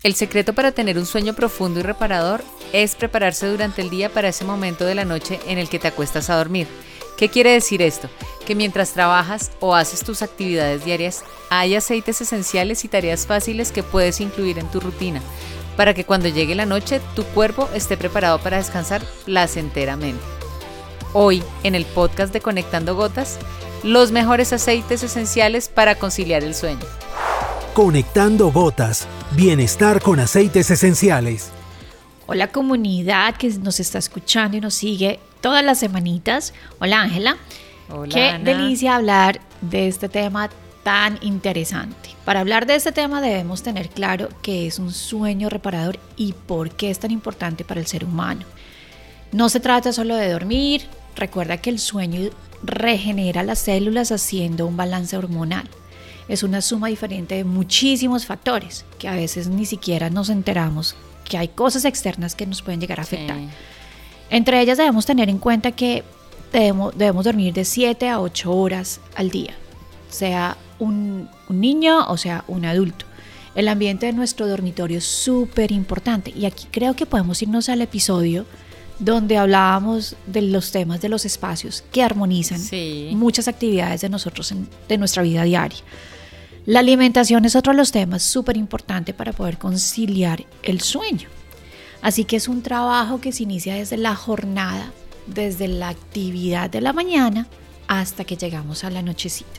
El secreto para tener un sueño profundo y reparador es prepararse durante el día para ese momento de la noche en el que te acuestas a dormir. ¿Qué quiere decir esto? Que mientras trabajas o haces tus actividades diarias, hay aceites esenciales y tareas fáciles que puedes incluir en tu rutina, para que cuando llegue la noche tu cuerpo esté preparado para descansar placenteramente. Hoy, en el podcast de Conectando Gotas, los mejores aceites esenciales para conciliar el sueño. Conectando Gotas, bienestar con aceites esenciales. Hola comunidad que nos está escuchando y nos sigue todas las semanitas. Hola Ángela. Hola Qué Ana. delicia hablar de este tema tan interesante. Para hablar de este tema debemos tener claro qué es un sueño reparador y por qué es tan importante para el ser humano. No se trata solo de dormir. Recuerda que el sueño regenera las células haciendo un balance hormonal. Es una suma diferente de muchísimos factores que a veces ni siquiera nos enteramos que hay cosas externas que nos pueden llegar a afectar. Sí. Entre ellas debemos tener en cuenta que debemos dormir de 7 a 8 horas al día, sea un niño o sea un adulto. El ambiente de nuestro dormitorio es súper importante y aquí creo que podemos irnos al episodio donde hablábamos de los temas de los espacios que armonizan muchas actividades de nosotros de nuestra vida diaria. La alimentación es otro de los temas súper importante para poder conciliar el sueño. Así que es un trabajo que se inicia desde la jornada, desde la actividad de la mañana hasta que llegamos a la nochecita.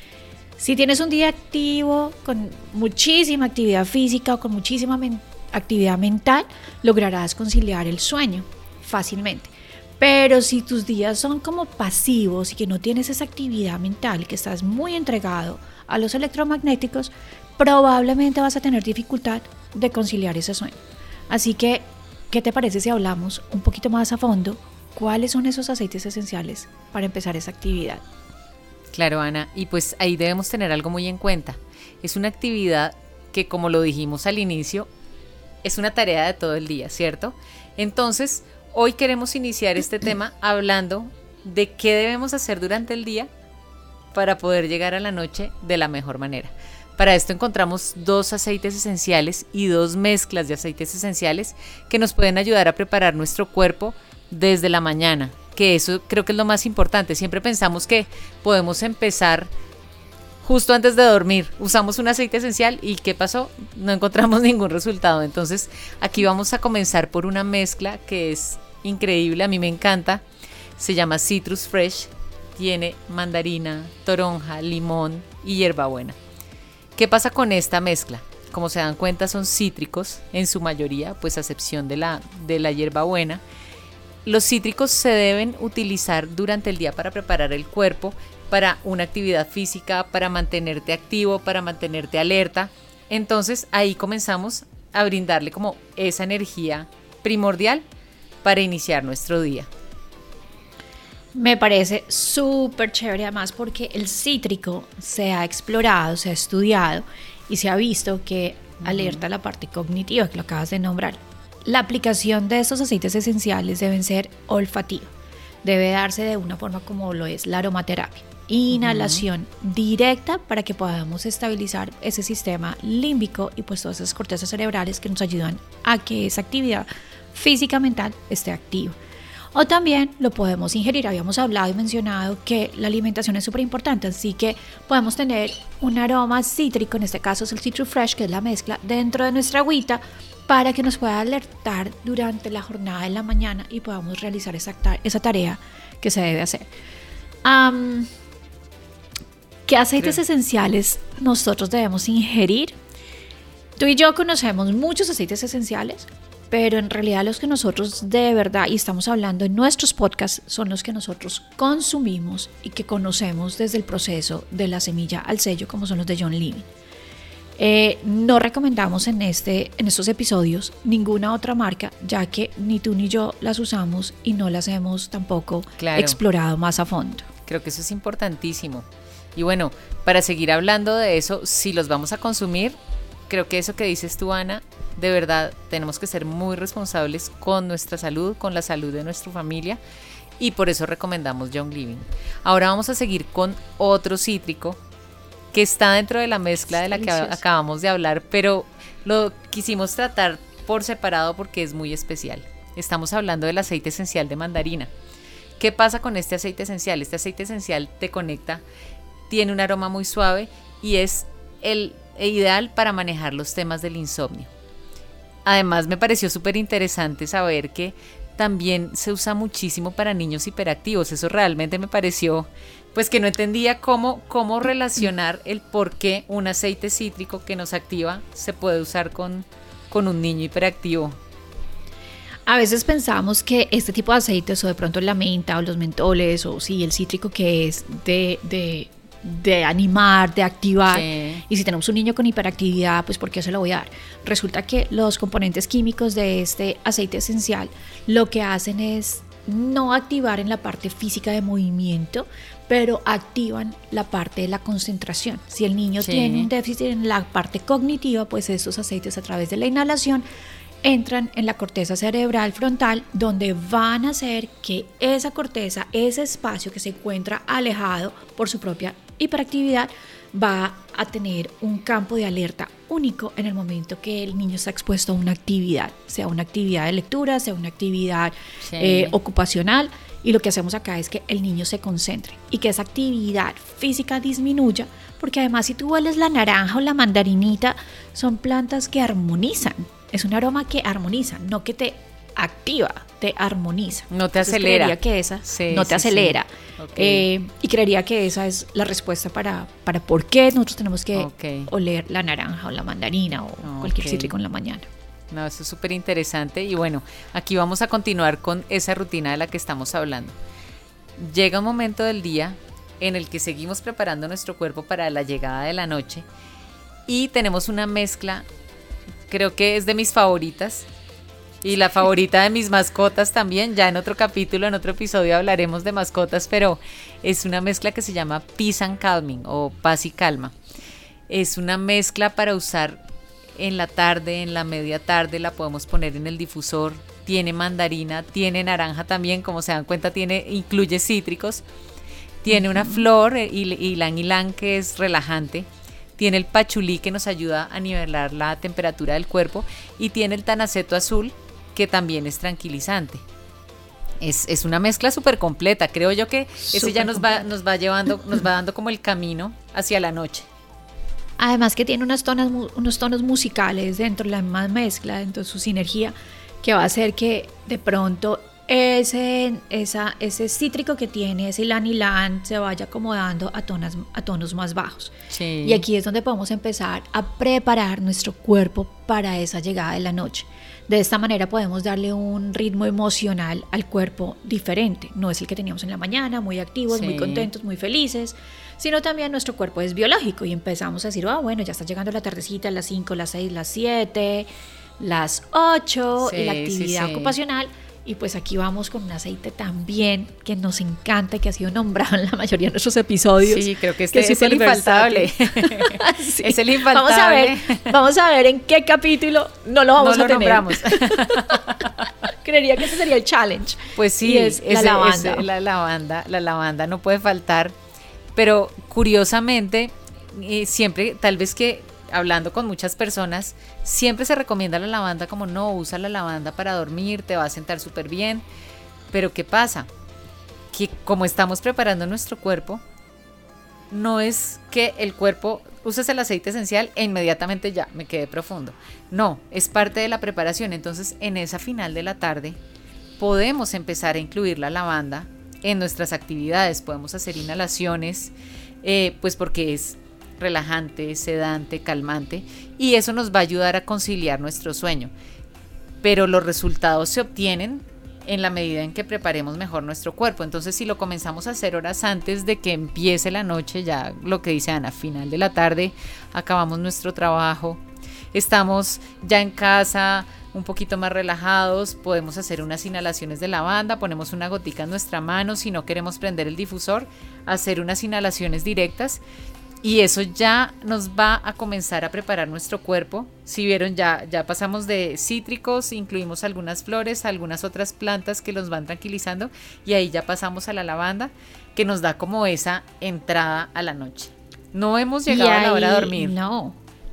Si tienes un día activo, con muchísima actividad física o con muchísima actividad mental, lograrás conciliar el sueño fácilmente. Pero si tus días son como pasivos y que no tienes esa actividad mental y que estás muy entregado a los electromagnéticos, probablemente vas a tener dificultad de conciliar ese sueño. Así que, ¿qué te parece si hablamos un poquito más a fondo? ¿Cuáles son esos aceites esenciales para empezar esa actividad? Claro, Ana, y pues ahí debemos tener algo muy en cuenta. Es una actividad que, como lo dijimos al inicio, es una tarea de todo el día, ¿cierto? Entonces, hoy queremos iniciar este tema hablando de qué debemos hacer durante el día para poder llegar a la noche de la mejor manera. Para esto encontramos 2 aceites esenciales y 2 mezclas de aceites esenciales que nos pueden ayudar a preparar nuestro cuerpo desde la mañana, que eso creo que es lo más importante. Siempre pensamos que podemos empezar justo antes de dormir. Usamos un aceite esencial y ¿qué pasó? No encontramos ningún resultado. Entonces aquí vamos a comenzar por una mezcla que es increíble, a mí me encanta. Se llama Citrus Fresh. Tiene mandarina, toronja, limón y hierbabuena. ¿Qué pasa con esta mezcla? Como se dan cuenta, son cítricos en su mayoría, pues a excepción de la hierbabuena. Los cítricos se deben utilizar durante el día para preparar el cuerpo para una actividad física, para mantenerte activo, para mantenerte alerta. Entonces ahí comenzamos a brindarle como esa energía primordial para iniciar nuestro día. Me parece súper chévere además porque el cítrico se ha explorado, se ha estudiado y se ha visto que alerta la parte cognitiva que lo acabas de nombrar. La aplicación de estos aceites esenciales deben ser olfativa. Debe darse de una forma como lo es la aromaterapia. Inhalación directa para que podamos estabilizar ese sistema límbico y pues todas esas cortezas cerebrales que nos ayudan a que esa actividad física mental esté activa. O también lo podemos ingerir. Habíamos hablado y mencionado que la alimentación es súper importante, así que podemos tener un aroma cítrico, en este caso es el Citrus Fresh, que es la mezcla, dentro de nuestra agüita para que nos pueda alertar durante la jornada de la mañana y podamos realizar esa tarea que se debe hacer. ¿Qué aceites esenciales nosotros debemos ingerir? Tú y yo conocemos muchos aceites esenciales, pero en realidad los que nosotros de verdad, y estamos hablando en nuestros podcasts, son los que nosotros consumimos y que conocemos desde el proceso de la semilla al sello, como son los de John Living. No recomendamos en estos episodios ninguna otra marca, ya que ni tú ni yo las usamos y no las hemos tampoco explorado más a fondo. Creo que eso es importantísimo. Y bueno, para seguir hablando de eso, si los vamos a consumir, creo que eso que dices tú, Ana, de verdad tenemos que ser muy responsables con nuestra salud, con la salud de nuestra familia, y por eso recomendamos John Living. Ahora vamos a seguir con otro cítrico que está dentro de la mezcla de la que acabamos de hablar, pero Lo quisimos tratar por separado porque es muy especial. Estamos hablando del aceite esencial de mandarina. ¿Qué pasa con este aceite esencial? Este aceite esencial te conecta, tiene un aroma muy suave y es el ideal para manejar los temas del insomnio. Además, me pareció súper interesante saber que también se usa muchísimo para niños hiperactivos. Eso realmente me pareció, pues que no entendía cómo relacionar el por qué un aceite cítrico que nos activa se puede usar con un niño hiperactivo. A veces pensamos que este tipo de aceites, o de pronto la menta o los mentoles, o sí, el cítrico, que es de animar, de activar. Sí. Y si tenemos un niño con hiperactividad, pues ¿por qué se lo voy a dar? Resulta que los componentes químicos de este aceite esencial lo que hacen es no activar en la parte física de movimiento, pero activan la parte de la concentración. Si el niño tiene un déficit en la parte cognitiva, pues estos aceites a través de la inhalación entran en la corteza cerebral frontal, donde van a hacer que esa corteza, ese espacio que se encuentra alejado por su propia hiperactividad, va a tener un campo de alerta único en el momento que el niño está expuesto a una actividad, sea una actividad de lectura, sea una actividad ocupacional, y lo que hacemos acá es que el niño se concentre y que esa actividad física disminuya, porque además si tú hueles la naranja o la mandarinita, son plantas que armonizan. Es un aroma que armoniza, no que te activa, te armoniza. No te acelera. Creería que esa no te acelera. Okay. Y creería que esa es la respuesta para por qué nosotros tenemos que oler la naranja o la mandarina o cualquier cítrico en la mañana. No, eso es súper interesante. Y bueno, aquí vamos a continuar con esa rutina de la que estamos hablando. Llega un momento del día en el que seguimos preparando nuestro cuerpo para la llegada de la noche y tenemos una mezcla. Creo que es de mis favoritas y la favorita de mis mascotas también. Ya en otro capítulo, en otro episodio hablaremos de mascotas, pero es una mezcla que se llama Peace and Calming o Paz y Calma. Es una mezcla para usar en la tarde, en la media tarde, la podemos poner en el difusor. Tiene mandarina, tiene naranja también, como se dan cuenta, incluye cítricos. Tiene una flor, ylang ylang, que es relajante. Tiene el pachulí, que nos ayuda a nivelar la temperatura del cuerpo, y tiene el tanaceto azul, que también es tranquilizante. Es una mezcla súper completa. Creo yo que ese ya nos va dando como el camino hacia la noche. Además que tiene unos tonos musicales dentro de la misma mezcla, dentro de su sinergia, que va a hacer que de pronto ese cítrico que tiene, ese ylang ylang, se vaya acomodando a tonos más bajos. Sí. Y aquí es donde podemos empezar a preparar nuestro cuerpo para esa llegada de la noche. De esta manera podemos darle un ritmo emocional al cuerpo diferente. No es el que teníamos en la mañana, muy activos, muy contentos, muy felices, sino también nuestro cuerpo es biológico y empezamos a decir, bueno, ya está llegando la tardecita, las 5, las 6, las 7, las 8, y la actividad ocupacional. Y pues aquí vamos con un aceite también que nos encanta y que ha sido nombrado en la mayoría de nuestros episodios. Sí, creo que es el infaltable. Sí. Es el infaltable. Vamos a ver en qué capítulo no lo vamos a tener. Nombramos. Creería que ese sería el challenge. Pues sí, es la lavanda. La lavanda no puede faltar. Pero curiosamente, siempre, tal vez que hablando con muchas personas, siempre se recomienda la lavanda como no, usa la lavanda para dormir, te va a sentar súper bien. Pero ¿qué pasa? Que como estamos preparando nuestro cuerpo, no es que el cuerpo uses el aceite esencial e inmediatamente ya me quedé profundo. No, es parte de la preparación. Entonces, en esa final de la tarde, podemos empezar a incluir la lavanda en nuestras actividades. Podemos hacer inhalaciones, pues porque es relajante, sedante, calmante, y eso nos va a ayudar a conciliar nuestro sueño. Pero los resultados se obtienen en la medida en que preparemos mejor nuestro cuerpo. Entonces, si lo comenzamos a hacer horas antes de que empiece la noche, ya lo que dice Ana, final de la tarde, acabamos nuestro trabajo, estamos ya en casa un poquito más relajados, podemos hacer unas inhalaciones de lavanda, ponemos una gotica en nuestra mano, si no queremos prender el difusor, hacer unas inhalaciones directas. Y eso ya nos va a comenzar a preparar nuestro cuerpo. Si vieron, ya pasamos de cítricos, incluimos algunas flores, algunas otras plantas que los van tranquilizando, y ahí ya pasamos a la lavanda, que nos da como esa entrada a la noche. No hemos llegado a la hora de dormir. No,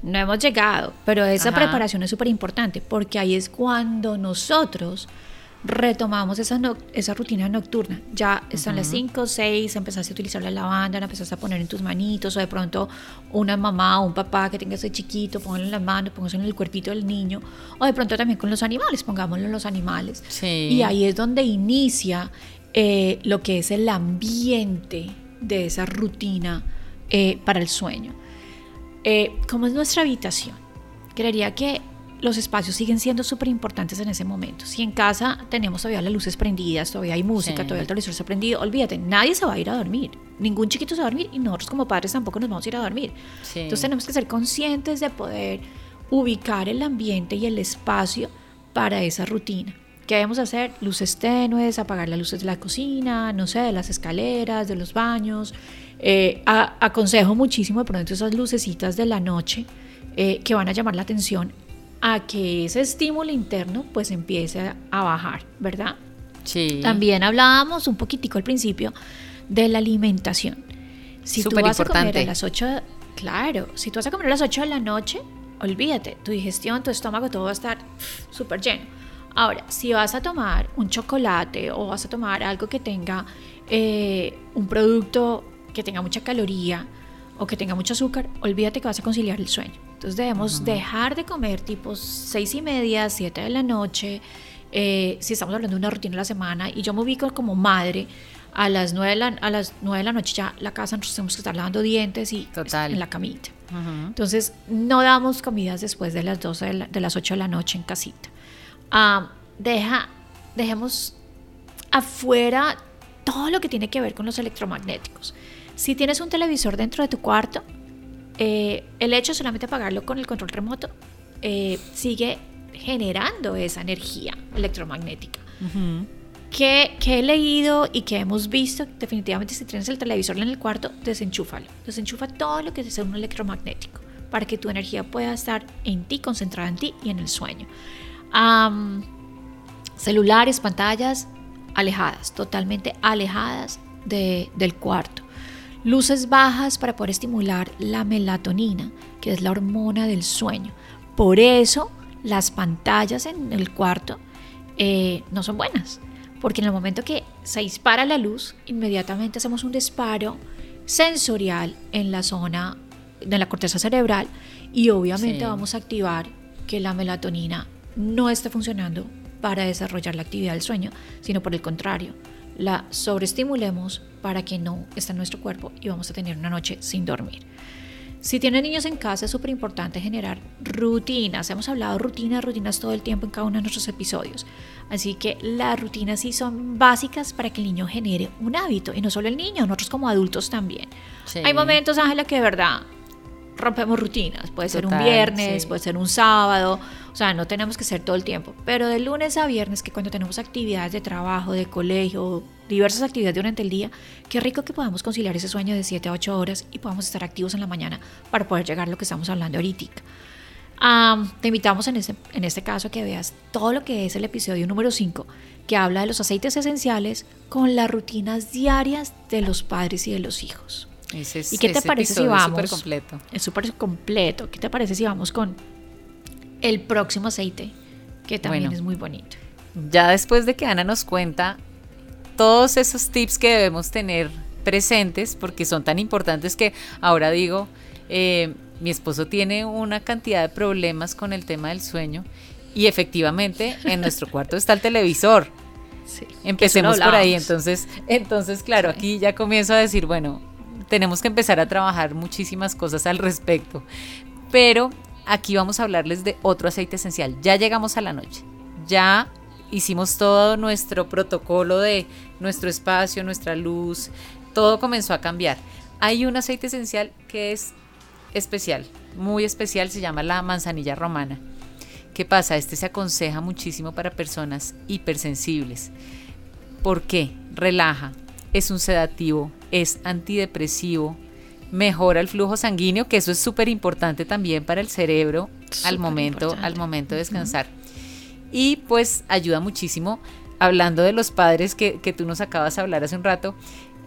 No hemos llegado, pero esa Ajá. preparación es súper importante porque ahí es cuando nosotros retomamos esa rutina nocturna. Ya están las 5 o 6, empezaste a utilizar la lavanda, la empezaste a poner en tus manitos, o de pronto una mamá o un papá que tenga ese chiquito, pónganlo en las manos, pónganlo en el cuerpito del niño, o de pronto también con los animales, pongámoslo en los animales. Sí. Y ahí es donde inicia lo que es el ambiente de esa rutina para el sueño. ¿Cómo es nuestra habitación? Creería que los espacios siguen siendo súper importantes en ese momento. Si en casa tenemos todavía las luces prendidas, todavía hay música, Sí. todavía el televisor está prendido, olvídate, nadie se va a ir a dormir. Ningún chiquito se va a dormir y nosotros como padres tampoco nos vamos a ir a dormir. Sí. Entonces tenemos que ser conscientes de poder ubicar el ambiente y el espacio para esa rutina. ¿Qué debemos hacer? Luces tenues, apagar las luces de la cocina, no sé, de las escaleras, de los baños. Aconsejo muchísimo de pronto esas lucecitas de la noche que van a llamar la atención a que ese estímulo interno pues empiece a bajar, ¿verdad? Sí. También hablábamos un poquitico al principio de la alimentación. Si tú vas a comer a las 8, claro, si tú vas a comer a las 8 de la noche, olvídate, tu digestión, tu estómago, todo va a estar súper lleno. Ahora, si vas a tomar un chocolate o vas a tomar algo que tenga un producto que tenga mucha caloría o que tenga mucho azúcar, olvídate que vas a conciliar el sueño. Entonces debemos dejar de comer tipo 6:30, 7 de la noche, si estamos hablando de una rutina de la semana, y yo me ubico como madre, a las 9 de la noche ya la casa nosotros tenemos que estar lavando dientes y Total. en la camita. Entonces no damos comidas después de las 12 de las 8 de la noche en casita. Dejemos afuera todo lo que tiene que ver con los electromagnéticos. Si tienes un televisor dentro de tu cuarto, el hecho de solamente apagarlo con el control remoto sigue generando esa energía electromagnética. Que he leído y que hemos visto, definitivamente si tienes el televisor en el cuarto, desenchúfalo. Desenchufa todo lo que es un electromagnético para que tu energía pueda estar en ti, concentrada en ti y en el sueño. Celulares, pantallas, alejadas, totalmente alejadas del cuarto. Luces bajas para poder estimular la melatonina, que es la hormona del sueño. Por eso las pantallas en el cuarto no son buenas, porque en el momento que se dispara la luz, inmediatamente hacemos un disparo sensorial en la zona de la corteza cerebral y obviamente vamos a activar que la melatonina no esté funcionando para desarrollar la actividad del sueño, sino por el contrario, la sobreestimulemos para que no esté en nuestro cuerpo y vamos a tener una noche sin dormir. Si tienen niños en casa, es súper importante generar rutinas. Hemos hablado de rutinas todo el tiempo en cada uno de nuestros episodios. Así que las rutinas sí son básicas para que el niño genere un hábito. Y no solo el niño, nosotros como adultos también. Sí. Hay momentos, Ángela, que de verdad rompemos rutinas. Puede ser un Total, viernes, sí. puede ser un sábado. O sea, no tenemos que ser todo el tiempo. Pero de lunes a viernes, que cuando tenemos actividades de trabajo, de colegio, diversas actividades durante el día, qué rico que podamos conciliar ese sueño de 7 a 8 horas y podamos estar activos en la mañana para poder llegar a lo que estamos hablando ahorita. Te invitamos en este caso a que veas todo lo que es el episodio número 5, que habla de los aceites esenciales con las rutinas diarias de los padres y de los hijos. ¿Y qué te parece si vamos? Súper completo. Es súper completo. ¿Qué te parece si vamos con el próximo aceite, que también es muy bonito? Ya después de que Ana nos cuenta todos esos tips que debemos tener presentes, porque son tan importantes que ahora digo, mi esposo tiene una cantidad de problemas con el tema del sueño y efectivamente en nuestro cuarto está el televisor. Sí, empecemos por ahí. Entonces claro, sí. Aquí ya comienzo a decir, bueno, tenemos que empezar a trabajar muchísimas cosas al respecto, pero aquí vamos a hablarles de otro aceite esencial. Ya llegamos a la noche, ya hicimos todo nuestro protocolo de nuestro espacio, nuestra luz, todo comenzó a cambiar. Hay un aceite esencial que es especial, muy especial, se llama la manzanilla romana. ¿Qué pasa? Este se aconseja muchísimo para personas hipersensibles. ¿Por qué? Relaja, es un sedativo, es antidepresivo, mejora el flujo sanguíneo, que eso es súper importante también para el cerebro al momento de descansar. Y pues ayuda muchísimo, hablando de los padres que tú nos acabas de hablar hace un rato,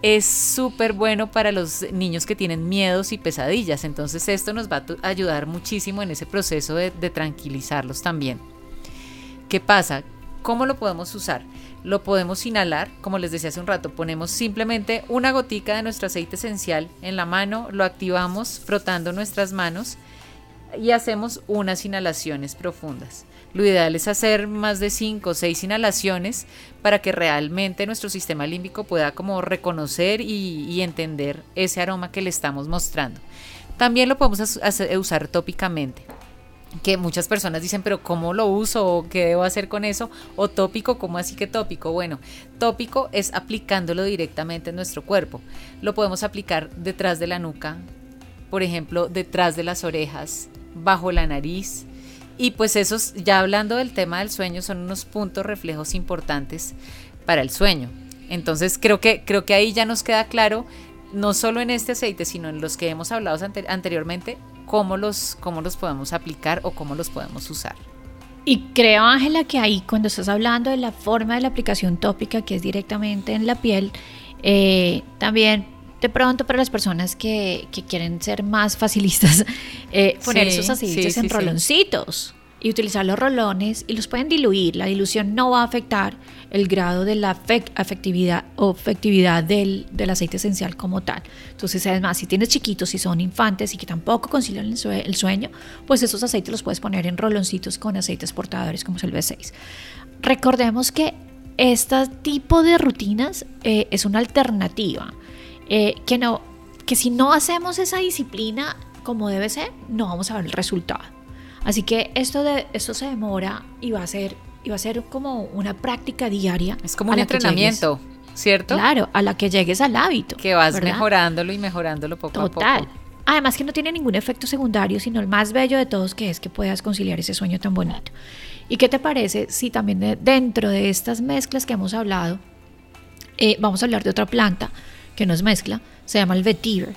es súper bueno para los niños que tienen miedos y pesadillas. Entonces esto nos va a ayudar muchísimo en ese proceso de tranquilizarlos también. ¿Qué pasa? ¿Cómo lo podemos usar? Lo podemos inhalar, como les decía hace un rato, ponemos simplemente una gotica de nuestro aceite esencial en la mano, lo activamos frotando nuestras manos y hacemos unas inhalaciones profundas. Lo ideal es hacer más de 5 o 6 inhalaciones para que realmente nuestro sistema límbico pueda como reconocer y entender ese aroma que le estamos mostrando. También lo podemos usar tópicamente, que muchas personas dicen, pero ¿cómo lo uso? ¿O qué debo hacer con eso? O tópico, ¿cómo así que tópico? Bueno, tópico es aplicándolo directamente en nuestro cuerpo. Lo podemos aplicar detrás de la nuca, por ejemplo, detrás de las orejas, bajo la nariz. Y pues esos, ya hablando del tema del sueño, son unos puntos reflejos importantes para el sueño. Entonces creo que ahí ya nos queda claro, no solo en este aceite, sino en los que hemos hablado anteriormente, cómo los podemos aplicar o cómo los podemos usar. Y creo, Ángela, que ahí cuando estás hablando de la forma de la aplicación tópica, que es directamente en la piel, también de pronto para las personas que quieren ser más facilistas, poner esos aceites en roloncitos y utilizar los rolones, y los pueden diluir. La dilución no va a afectar el grado de la efectividad del aceite esencial como tal. Entonces, además, si tienes chiquitos, si son infantes y que tampoco concilian el sueño, pues esos aceites los puedes poner en roloncitos con aceites portadores como es el B6. Recordemos que este tipo de rutinas es una alternativa, que si no hacemos esa disciplina como debe ser, no vamos a ver el resultado. Así que esto se demora y va a ser como una práctica diaria. Es como un entrenamiento, ¿cierto? Claro, a la que llegues al hábito. Que vas, ¿verdad?, mejorándolo poco a poco. Total. Además que no tiene ningún efecto secundario, sino el más bello de todos, que es que puedas conciliar ese sueño tan bonito. ¿Y qué te parece si también dentro de estas mezclas que hemos hablado, vamos a hablar de otra planta que no es mezcla, se llama el vetiver,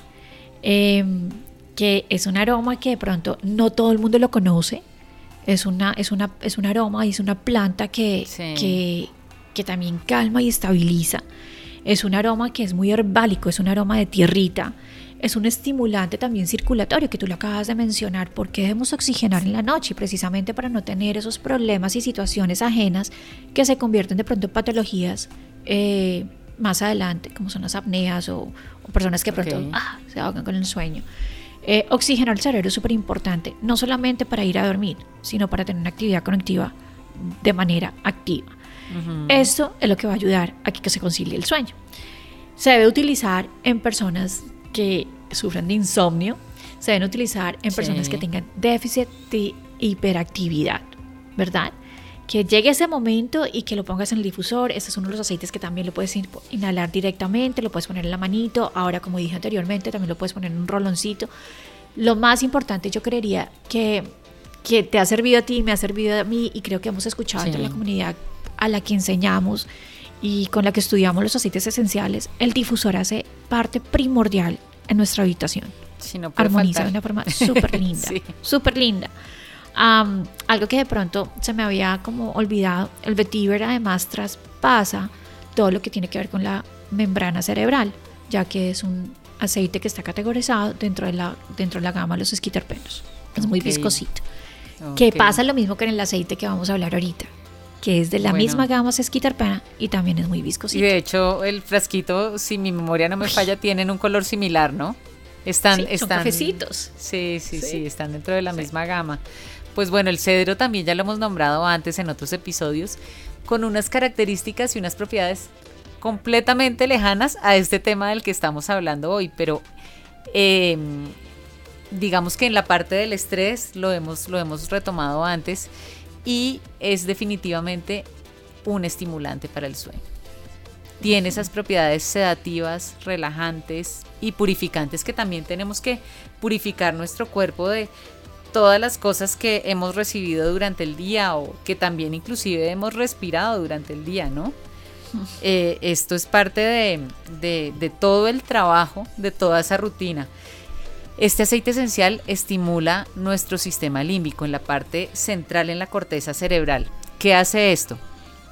que es un aroma que de pronto no todo el mundo lo conoce. Es un aroma y es una planta que también calma y estabiliza. Es un aroma que es muy herbálico, es un aroma de tierrita. Es un estimulante también circulatorio, que tú lo acabas de mencionar, porque debemos oxigenar en la noche, precisamente para no tener esos problemas y situaciones ajenas que se convierten de pronto en patologías más adelante, como son las apneas o personas que de pronto se ahogan con el sueño. Oxigenar el cerebro es súper importante, no solamente para ir a dormir, sino para tener una actividad conectiva de manera activa. Esto es lo que va a ayudar a que se concilie el sueño. Se debe utilizar en personas que sufren de insomnio, se deben utilizar en personas que tengan déficit de hiperactividad, ¿verdad? Que llegue ese momento y que lo pongas en el difusor. Este es uno de los aceites que también lo puedes inhalar directamente, lo puedes poner en la manito. Ahora, como dije anteriormente, también lo puedes poner en un roloncito. Lo más importante, yo creería que te ha servido a ti, me ha servido a mí, y creo que hemos escuchado entre la comunidad a la que enseñamos y con la que estudiamos los aceites esenciales, el difusor hace parte primordial en nuestra habitación. Sí, no puede armoniza faltar. De una forma súper linda, súper linda. Algo que de pronto se me había como olvidado, el vetiver además traspasa todo lo que tiene que ver con la membrana cerebral, ya que es un aceite que está categorizado dentro de la gama de los esquiterpenos. Es muy viscosito. Que pasa lo mismo que en el aceite que vamos a hablar ahorita, que es de la misma gama esquiterpena y también es muy viscosito. Y de hecho el frasquito, si mi memoria no me falla, tienen un color similar, ¿no? Son cafecitos. Sí, están dentro de la misma gama. Pues bueno, el cedro también ya lo hemos nombrado antes en otros episodios, con unas características y unas propiedades completamente lejanas a este tema del que estamos hablando hoy, pero digamos que en la parte del estrés lo hemos retomado antes, y es definitivamente un estimulante para el sueño. Tiene esas propiedades sedativas, relajantes y purificantes, que también tenemos que purificar nuestro cuerpo de todas las cosas que hemos recibido durante el día o que también inclusive hemos respirado durante el día, ¿no? Esto es parte de todo el trabajo, de toda esa rutina. Este aceite esencial estimula nuestro sistema límbico en la parte central, en la corteza cerebral. ¿Qué hace esto?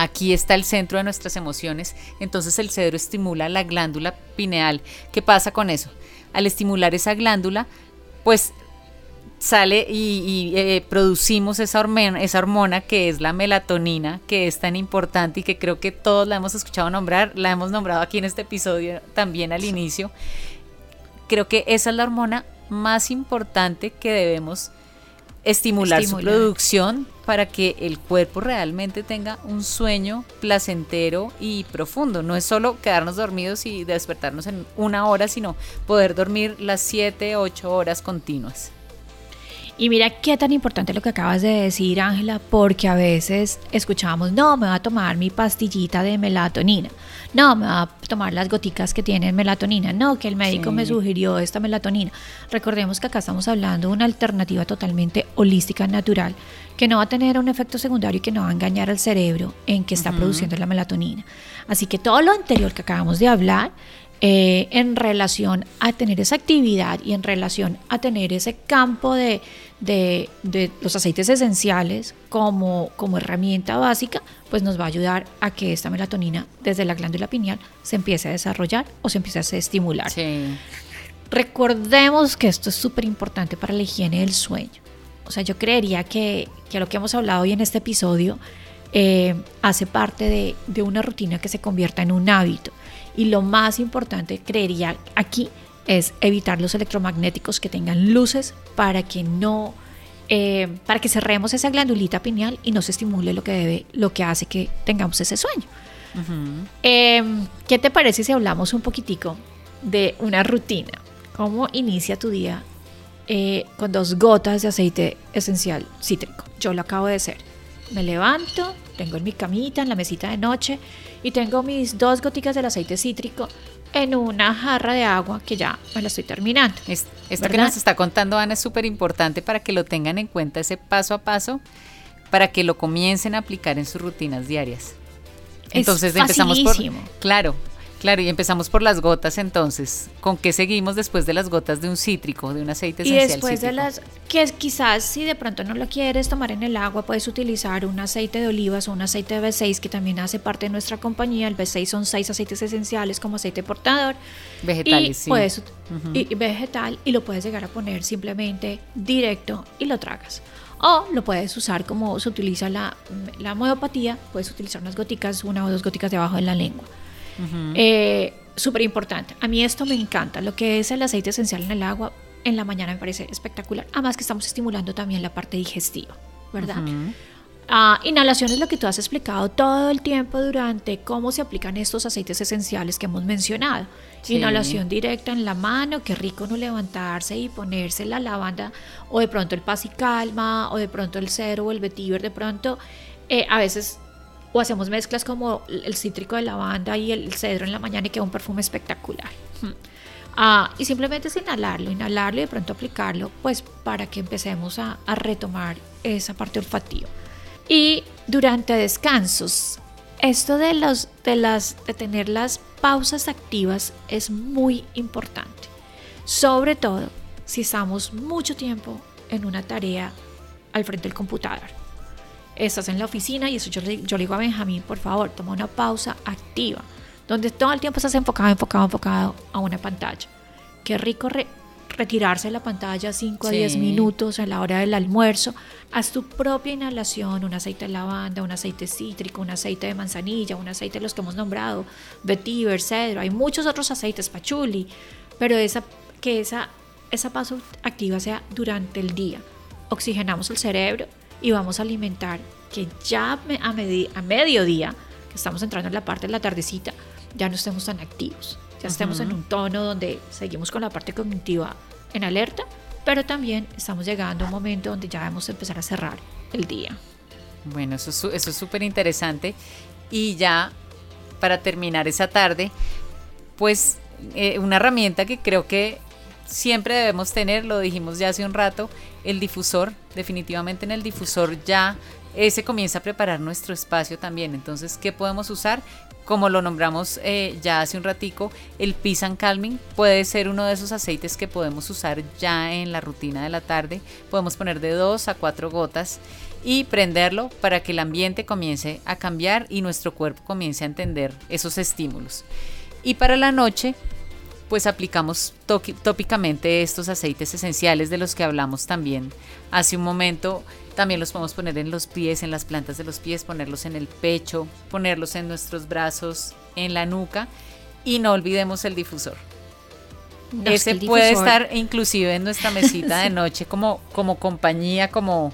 aquí está el centro de nuestras emociones, entonces el cedro estimula la glándula pineal. ¿Qué pasa con eso? Al estimular esa glándula, pues sale y producimos esa hormona que es la melatonina, que es tan importante y que creo que todos la hemos escuchado nombrar, la hemos nombrado aquí en este episodio también al inicio. Creo que esa es la hormona más importante que debemos estimular su producción para que el cuerpo realmente tenga un sueño placentero y profundo. No es solo quedarnos dormidos y despertarnos en 1 hora, sino poder dormir las 7, 8 horas continuas. Y mira qué tan importante lo que acabas de decir, Ángela, porque a veces escuchamos, no, me voy a tomar mi pastillita de melatonina, no, me voy a tomar las goticas que tienen melatonina, no, que el médico me sugirió esta melatonina. Recordemos que acá estamos hablando de una alternativa totalmente holística, natural, que no va a tener un efecto secundario y que no va a engañar al cerebro en que está produciendo la melatonina. Así que todo lo anterior que acabamos de hablar, en relación a tener esa actividad y en relación a tener ese campo de los aceites esenciales como herramienta básica, pues nos va a ayudar a que esta melatonina desde la glándula pineal se empiece a desarrollar o se empiece a estimular. Sí. Recordemos que esto es súper importante para la higiene del sueño. O sea, yo creería que lo que hemos hablado hoy en este episodio hace parte de una rutina que se convierta en un hábito. Y lo más importante, creería aquí, es evitar los electromagnéticos que tengan luces para que cerremos esa glandulita pineal y no se estimule lo que hace que tengamos ese sueño. ¿Qué te parece si hablamos un poquitico de una rutina? ¿Cómo inicia tu día con 2 gotas de aceite esencial cítrico? Yo lo acabo de hacer. Me levanto, tengo en mi camita, en la mesita de noche, y tengo mis 2 goticas del aceite cítrico en una jarra de agua que ya me la estoy terminando. Esto que nos está contando Ana es súper importante para que lo tengan en cuenta, ese paso a paso, para que lo comiencen a aplicar en sus rutinas diarias. Entonces empezamos Claro, y empezamos por las gotas entonces. ¿Con qué seguimos después de las gotas de un cítrico, de un aceite esencial cítrico? Y después que quizás si de pronto no lo quieres tomar en el agua, puedes utilizar un aceite de olivas o un aceite de B6 que también hace parte de nuestra compañía. El B6 son 6 aceites esenciales como aceite portador. Vegetales, y vegetal, y lo puedes llegar a poner simplemente directo y lo tragas. O lo puedes usar como se utiliza la homeopatía, puedes utilizar unas goticas, 1 o 2 goticas debajo de la lengua. Súper importante. A mí esto me encanta. Lo que es el aceite esencial en el agua en la mañana me parece espectacular. Además que estamos estimulando también la parte digestiva, ¿verdad? Inhalación es lo que tú has explicado todo el tiempo durante cómo se aplican estos aceites esenciales que hemos mencionado. Sí. Inhalación directa en la mano, qué rico no levantarse y ponerse la lavanda o de pronto el paz y calma o de pronto el cedro o el vetiver, de pronto a veces o hacemos mezclas como el cítrico de lavanda y el cedro en la mañana y queda un perfume espectacular. Y simplemente es inhalarlo y de pronto aplicarlo, pues para que empecemos a retomar esa parte olfativa. Y durante descansos, esto de tener las pausas activas es muy importante, sobre todo si estamos mucho tiempo en una tarea al frente del computador. Estás en la oficina y eso yo le digo a Benjamín, por favor, toma una pausa activa, donde todo el tiempo estás enfocado a una pantalla. Qué rico retirarse de la pantalla 5 a 10 minutos a la hora del almuerzo. Haz tu propia inhalación, un aceite de lavanda, un aceite cítrico, un aceite de manzanilla, un aceite de los que hemos nombrado, vetiver, cedro, hay muchos otros aceites, patchouli, pero esa pausa activa sea durante el día. Oxigenamos el cerebro y vamos a alimentar que ya a mediodía, que estamos entrando en la parte de la tardecita, ya no estemos tan activos, ya estemos en un tono donde seguimos con la parte cognitiva en alerta, pero también estamos llegando a un momento donde ya debemos empezar a cerrar el día. Bueno, eso es súper interesante. Y ya para terminar esa tarde, pues una herramienta que creo que siempre debemos tener, lo dijimos ya hace un rato, el difusor. Definitivamente en el difusor ya se comienza a preparar nuestro espacio también. Entonces, ¿qué podemos usar? Como lo nombramos ya hace un ratico, el Peace and Calming puede ser uno de esos aceites que podemos usar ya en la rutina de la tarde. Podemos poner de 2 a 4 gotas y prenderlo para que el ambiente comience a cambiar y nuestro cuerpo comience a entender esos estímulos. Y para la noche, pues aplicamos tópicamente estos aceites esenciales de los que hablamos también hace un momento. También los podemos poner en los pies, en las plantas de los pies, ponerlos en el pecho, ponerlos en nuestros brazos, en la nuca, y no olvidemos el difusor. Ese puede estar inclusive en nuestra mesita de noche como compañía, como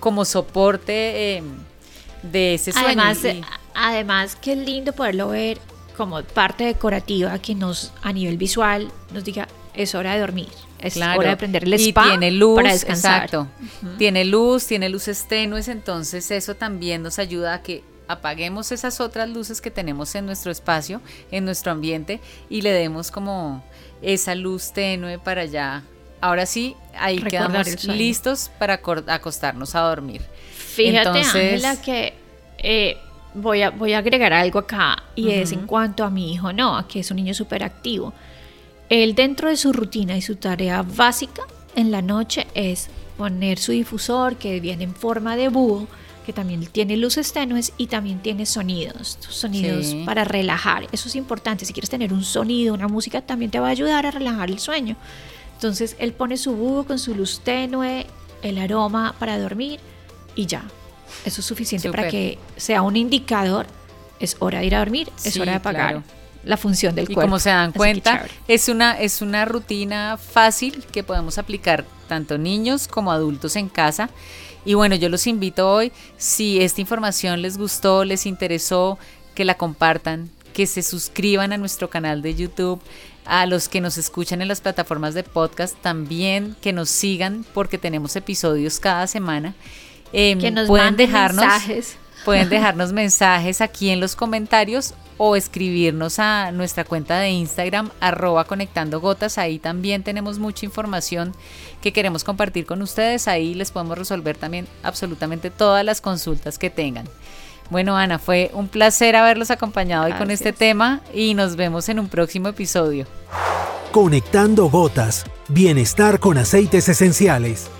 soporte de ese sueño. Además, qué lindo poderlo ver como parte decorativa que a nivel visual nos diga, es hora de dormir, es hora de prender el spa y tiene luz, para descansar. Exacto. Tiene luces tenues, entonces eso también nos ayuda a que apaguemos esas otras luces que tenemos en nuestro espacio, en nuestro ambiente, y le demos como esa luz tenue para allá. Ahora sí, ahí quedamos listos para acostarnos a dormir. Fíjate, Ángela, que voy a agregar algo acá, y es en cuanto a mi hijo Noah, que es un niño súper activo. Él, dentro de su rutina y su tarea básica en la noche, es poner su difusor, que viene en forma de búho, que también tiene luces tenues y también tiene sonidos sí, para relajar. Eso es importante. Si quieres tener un sonido, una música, también te va a ayudar a relajar el sueño. Entonces él pone su búho con su luz tenue, el aroma para dormir, y ya. Eso es suficiente para que sea un indicador. Es hora de ir a dormir, es hora de apagar la función del cuerpo. Y como se dan cuenta, es una rutina fácil que podemos aplicar tanto niños como adultos en casa. Y bueno, yo los invito hoy, si esta información les gustó, les interesó, que la compartan, que se suscriban a nuestro canal de YouTube, a los que nos escuchan en las plataformas de podcast también, que nos sigan porque tenemos episodios cada semana. Que nos pueden dejarnos mensajes. Pueden dejarnos mensajes aquí en los comentarios o escribirnos a nuestra cuenta de Instagram @conectandogotas. Ahí también tenemos mucha información que queremos compartir con ustedes. Ahí les podemos resolver también absolutamente todas las consultas que tengan. Bueno, Ana, fue un placer haberlos acompañado hoy con este tema y nos vemos en un próximo episodio. Conectando Gotas, bienestar con aceites esenciales.